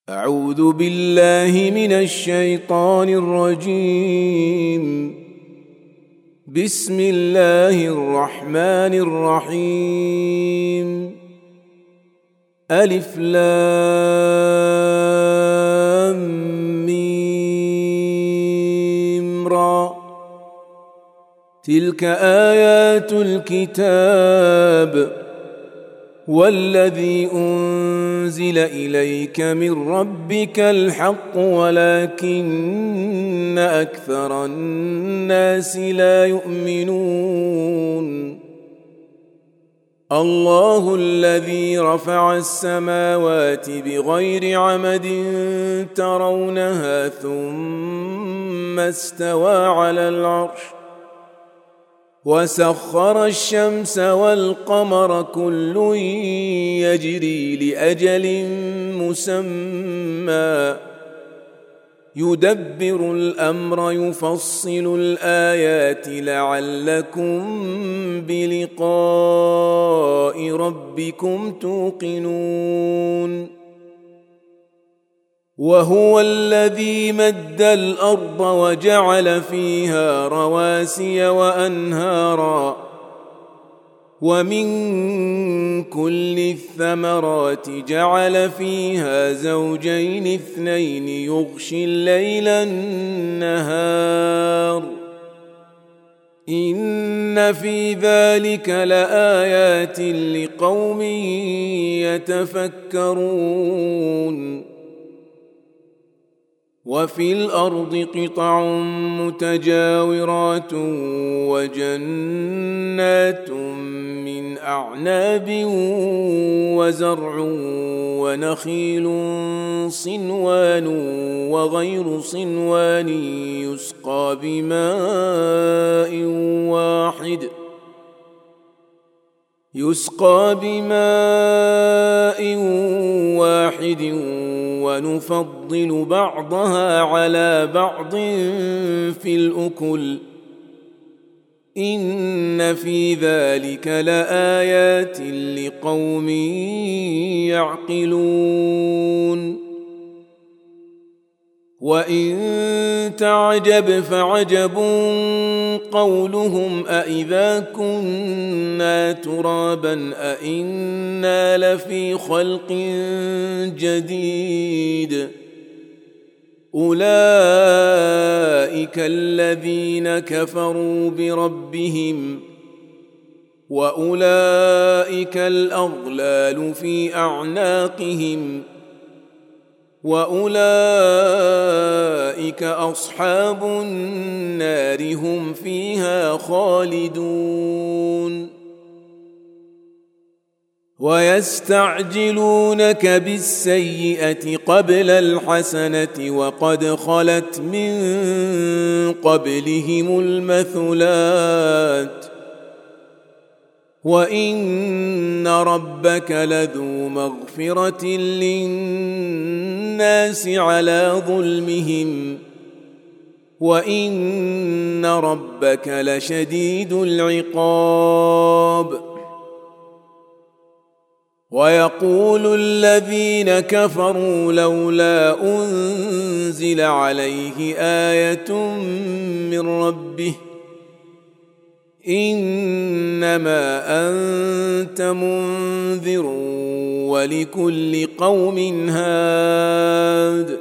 أعوذ بالله من الشيطان الرجيم. بسم الله الرحمن الرحيم. ألف لام ميم را. تلك آيات الكتاب والذي أنزل إليك من ربك الحق ولكن أكثر الناس لا يؤمنون. الله الذي رفع السماوات بغير عمد ترونها ثم استوى على العرش وسخر الشمس والقمر كل يجري لأجل مسمى يدبر الأمر يفصل الآيات لعلكم بلقاء ربكم توقنون. وهو الذي مد الأرض وجعل فيها رواسي وأنهارا ومن كل الثمرات جعل فيها زوجين اثنين يغشي الليل النهار إن في ذلك لآيات لقوم يتفكرون. وفي الأرض قطع متجاورات وجنات من أعناب وزرع ونخيل صنوان وغير صنوان يسقى بماء واحد ونفضل بعضها على بعض في الأكل إن في ذلك لآيات لقوم يعقلون. وإن تعجب فعجب قولهم أإذا كنا ترابا أإنا لفي خلق جديد أولئك الذين كفروا بربهم وأولئك الأغلال في أعناقهم وأولئك أصحاب النار هم فيها خالدون. ويستعجلونك بالسيئة قبل الحسنة وقد خلت من قبلهم المثلات وإن ربك لذو مغفرة للناس على ظلمهم وإن ربك لشديد العقاب. ويقول الذين كفروا لولا أنزل عليه آية من ربه إنما أنت منذر ولكل قوم هاد.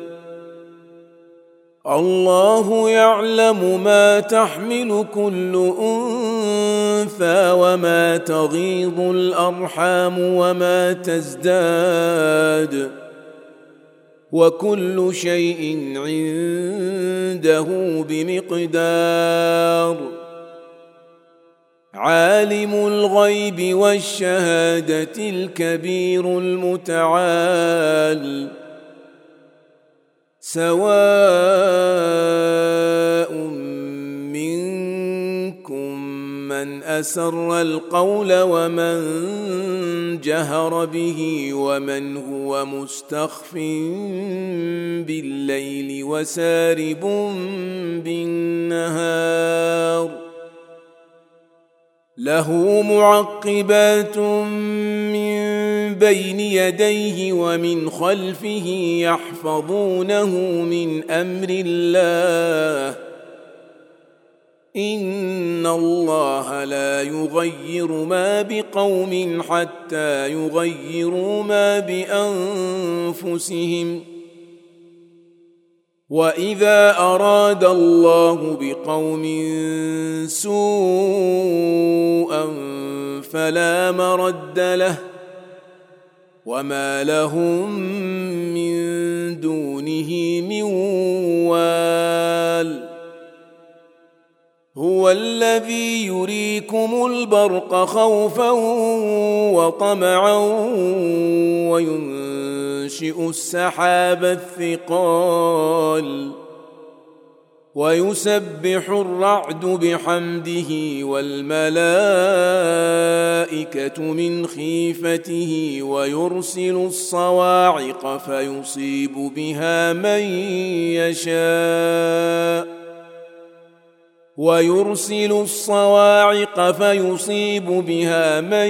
الله يعلم ما تحمل كل أنثى وما تغيض الأرحام وما تزداد وكل شيء عنده بمقدار. عالم الغيب والشهادة الكبير المتعال سواء منكم من أسر القول ومن جهر به ومن هو مستخف بالليل وسارب بالنهار له معقبات من بين يديه ومن خلفه يحفظونه من أمر الله إن الله لا يغير ما بقوم حتى يغيروا ما بأنفسهم وإذا أراد الله بقوم سوءا فلا مرد له وما لهم من دونه من وال هو الذي يريكم البرق خوفا وطمعا وينشئ السحاب الثقال ويسبح الرعد بحمده والملائكة من خيفته ويرسل الصواعق فيصيب بها من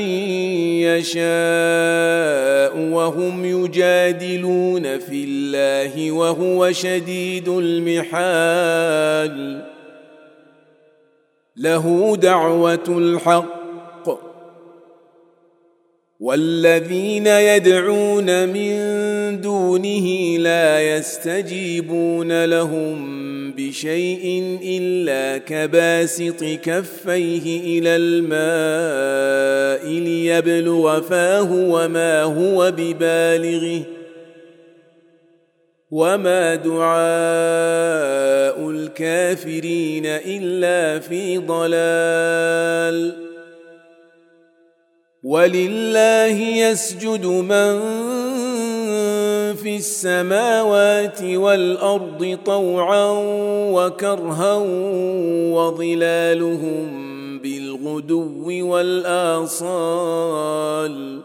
يشاء وهم يجادلون في الله وهو شديد المحال له دعوة الحق والذين يدعون من دونه لا يستجيبون لهم بشيء إلا كباسط كفيه إلى الماء ليبلغ فاه وما هو ببالغه وما دعاء الكافرين إلا في ضلال ولله يسجد من في السماوات والأرض طوعا وكرها وظلالهم بالغدو والآصال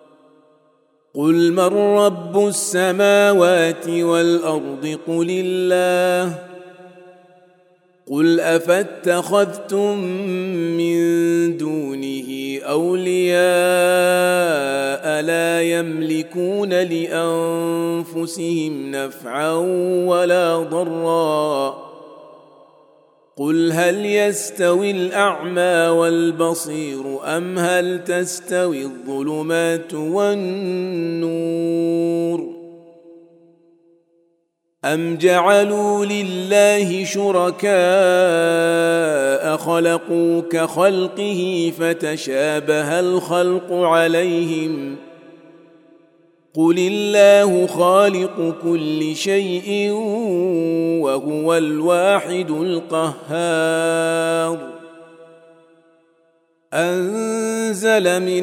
قل من رب السماوات والأرض قل الله قل أفاتخذتم من دونه أولياء لا يملكون لأنفسهم نفعا ولا ضرا قل هل يستوي الأعمى والبصير أم هل تستوي الظلمات والنور أم جعلوا لله شركاء خلقوا كخلقه فتشابه الخلق عليهم قل الله خالق كل شيء وهو الواحد القهار أنزل من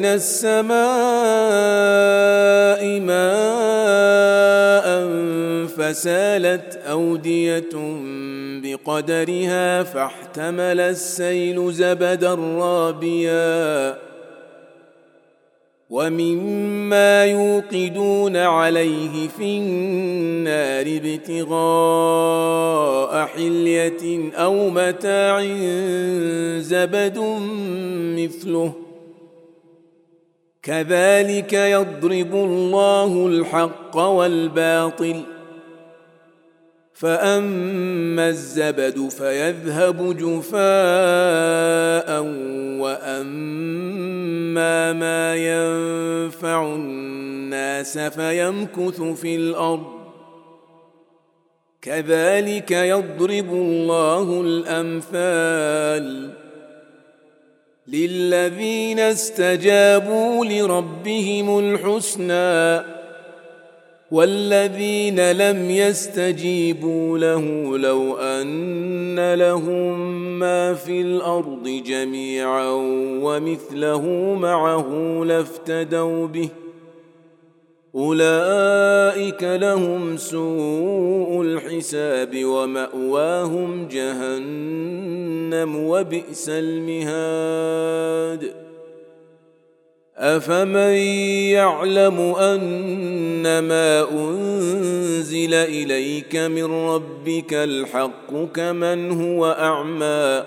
السماء ماء فسالت أودية بقدرها فاحتمل السيل زبدا رابيا ومما يوقدون عليه في النار ابتغاء حلية أو متاع زبد مثله كذلك يضرب الله الحق والباطل فأما الزبد فيذهب جفاء وأما ما ينفع الناس فيمكث في الأرض كذلك يضرب الله الأمثال للذين استجابوا لربهم الحسنى والذين لم يستجيبوا له لو أن لهم ما في الأرض جميعا ومثله معه لافتدوا به أولئك لهم سوء الحساب ومأواهم جهنم وبئس المهاد أفمن يعلم أنما أنزل إليك من ربك الحق كمن هو أعمى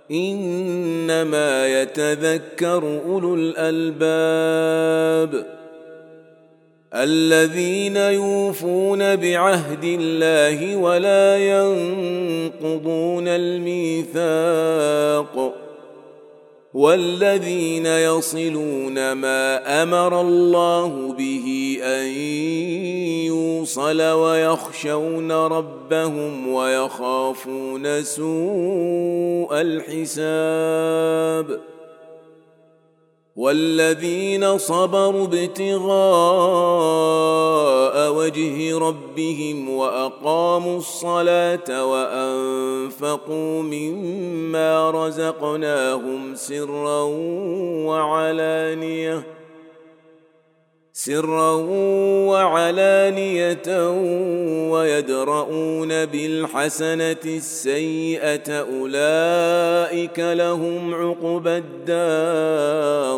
إنما يتذكر أولو الألباب الذين يوفون بعهد الله ولا ينقضون الميثاق والذين يصلون ما أمر الله به أن يوصل ويخشون ربهم ويخافون سوء الحساب والذين صبروا ابتغاء وجه ربهم وأقاموا الصلاة وأنفقوا مما رزقناهم سرا وعلانية ويدرؤون بالحسنة السيئة أولئك لهم عقبى الدار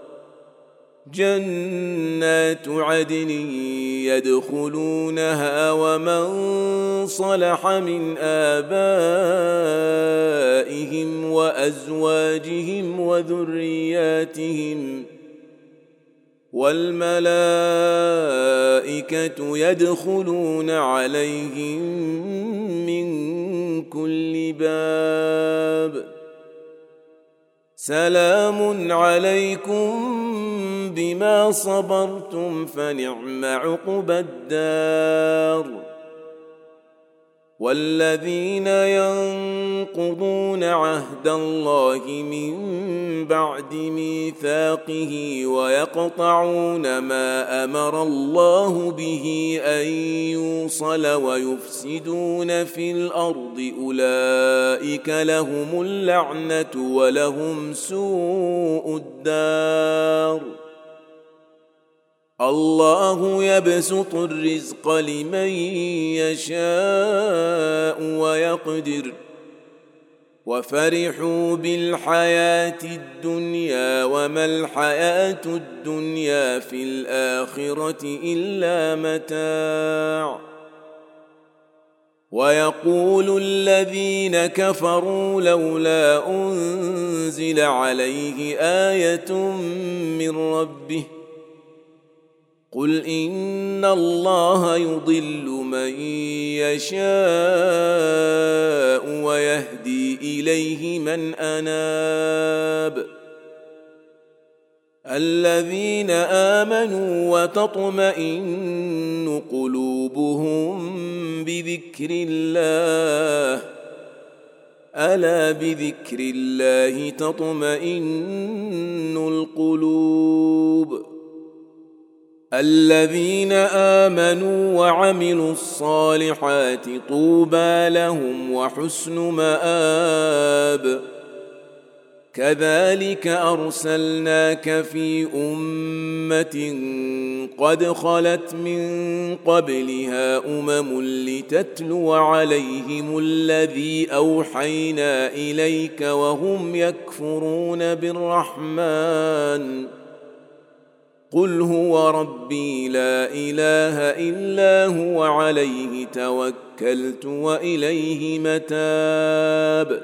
جنات عدن يدخلونها ومن صلح من آبائهم وأزواجهم وذرياتهم والملائكة يدخلون عليهم من كل باب سلام عليكم بما صبرتم فنعم عقبى الدار والذين ينقضون عهد الله من بعد ميثاقه ويقطعون ما أمر الله به أن يوصل ويفسدون في الأرض أولئك لهم اللعنة ولهم سوء الدار الله يبسط الرزق لمن يشاء ويقدر وفرحوا بالحياة الدنيا وما الحياة الدنيا في الآخرة إلا متاع ويقول الذين كفروا لولا أنزل عليه آية من ربه قل إن الله يضل من يشاء ويهدي إليه من أناب الذين آمنوا وتطمئن قلوبهم بذكر الله ألا بذكر الله تطمئن القلوب الذين آمنوا وعملوا الصالحات طوبى لهم وحسن مآب كذلك أرسلناك في أمة قد خلت من قبلها لتتلو عليهم الذي أوحينا إليك وهم يكفرون بالرحمن قل هو ربي لا إله إلا هو عليه توكلت وإليه متاب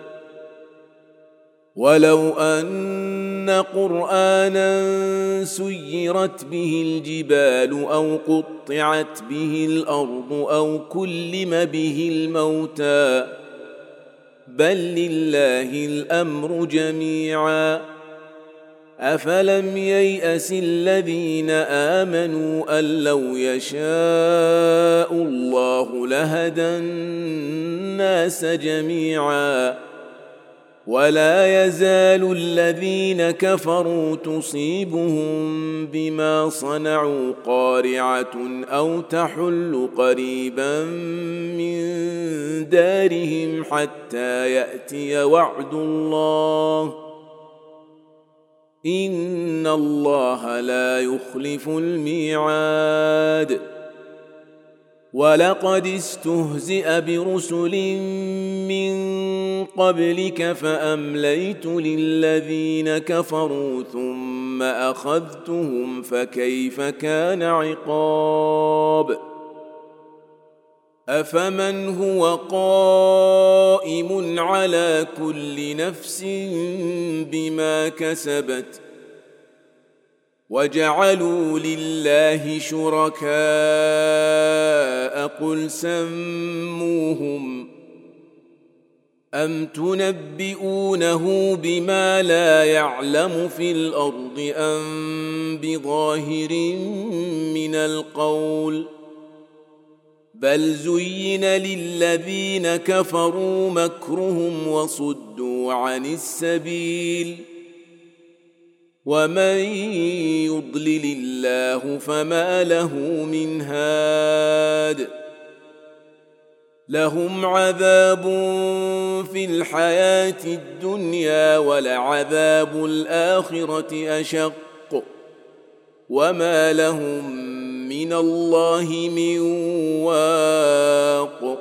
ولو أن قرآنا سيرت به الجبال أو قطعت به الأرض أو كلم به الموتى بل لله الأمر جميعا أفلم ييأس الذين آمنوا أن لو يشاء الله لهدى الناس جميعا ولا يزال الذين كفروا تصيبهم بما صنعوا قارعة أو تحل قريبا من دارهم حتى يأتي وعد الله إن الله لا يخلف الميعاد ولقد استهزئ برسل من قبلك فأمليت للذين كفروا ثم أخذتهم فكيف كان عقاب أفمن هو قائم على كل نفس بما كسبت وجعلوا لله شركاء قل سموهم أم تنبئونه بما لا يعلم في الأرض أم بظاهر من القول بل زين للذين كفروا مكرهم وصدوا عن السبيل ومن يضلل الله فما له من هاد لهم عذاب في الحياة الدنيا ولعذاب الآخرة أشق وما لهم من الله من واق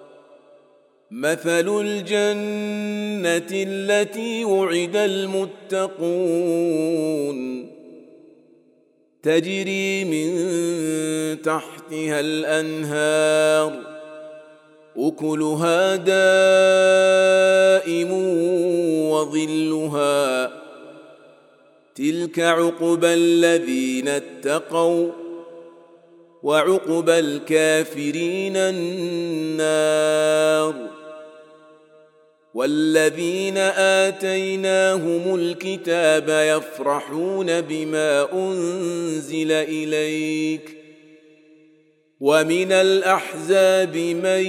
مثل الجنة التي وعد المتقون تجري من تحتها الأنهار أكلها دائم وظلها تلك عقبى الذين اتقوا وعقبى الكافرين النار والذين آتيناهم الكتاب يفرحون بما أنزل إليك ومن الأحزاب من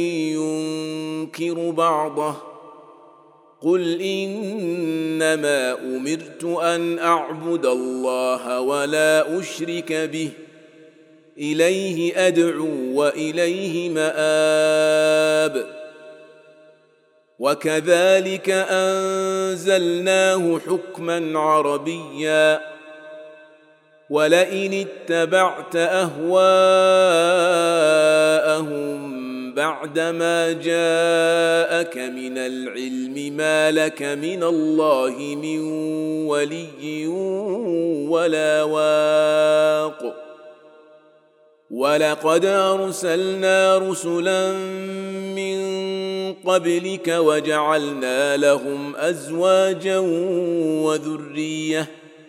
ينكر بعضه قل إنما أمرت أن أعبد الله ولا أشرك به إليه أدعو وإليه مآب وكذلك أنزلناه حكما عربيا ولئن اتبعت أهواءهم بعدما جاءك من العلم ما لك من الله من ولي ولا واق ولقد أرسلنا رسلا من قبلك وجعلنا لهم أزواجا وذرية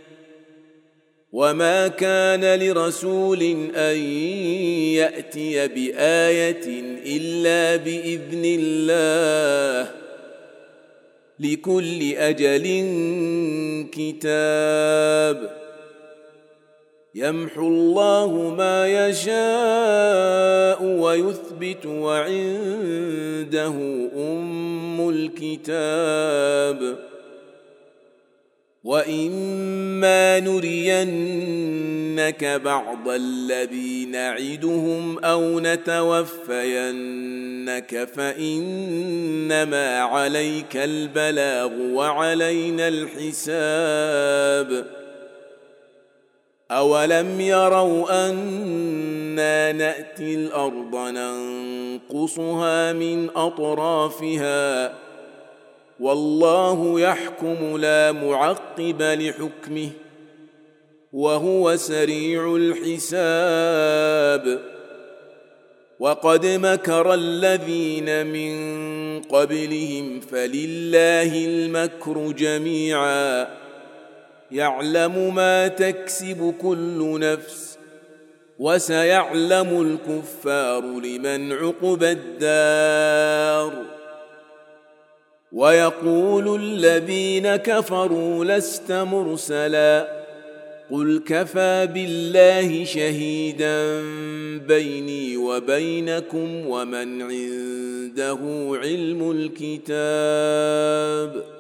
وما كان لرسول أن يأتي بآية إلا بإذن الله لكل أجل كتاب يمحو الله ما يشاء ويثبت وعنده أم الكتاب وإما نرينك بعض الذي نعدهم أو نتوفينك فإنما عليك البلاغ وعلينا الحساب أولم يروا أنا نأتي الأرض ننقصها من أطرافها والله يحكم لا معقب لحكمه وهو سريع الحساب وقد مكر الذين من قبلهم فلله المكر جميعا يعلم ما تكسب كل نفس وسيعلم الكفار لمن عقبى الدار ويقول الذين كفروا لست مرسلا قل كفى بالله شهيدا بيني وبينكم ومن عنده علم الكتاب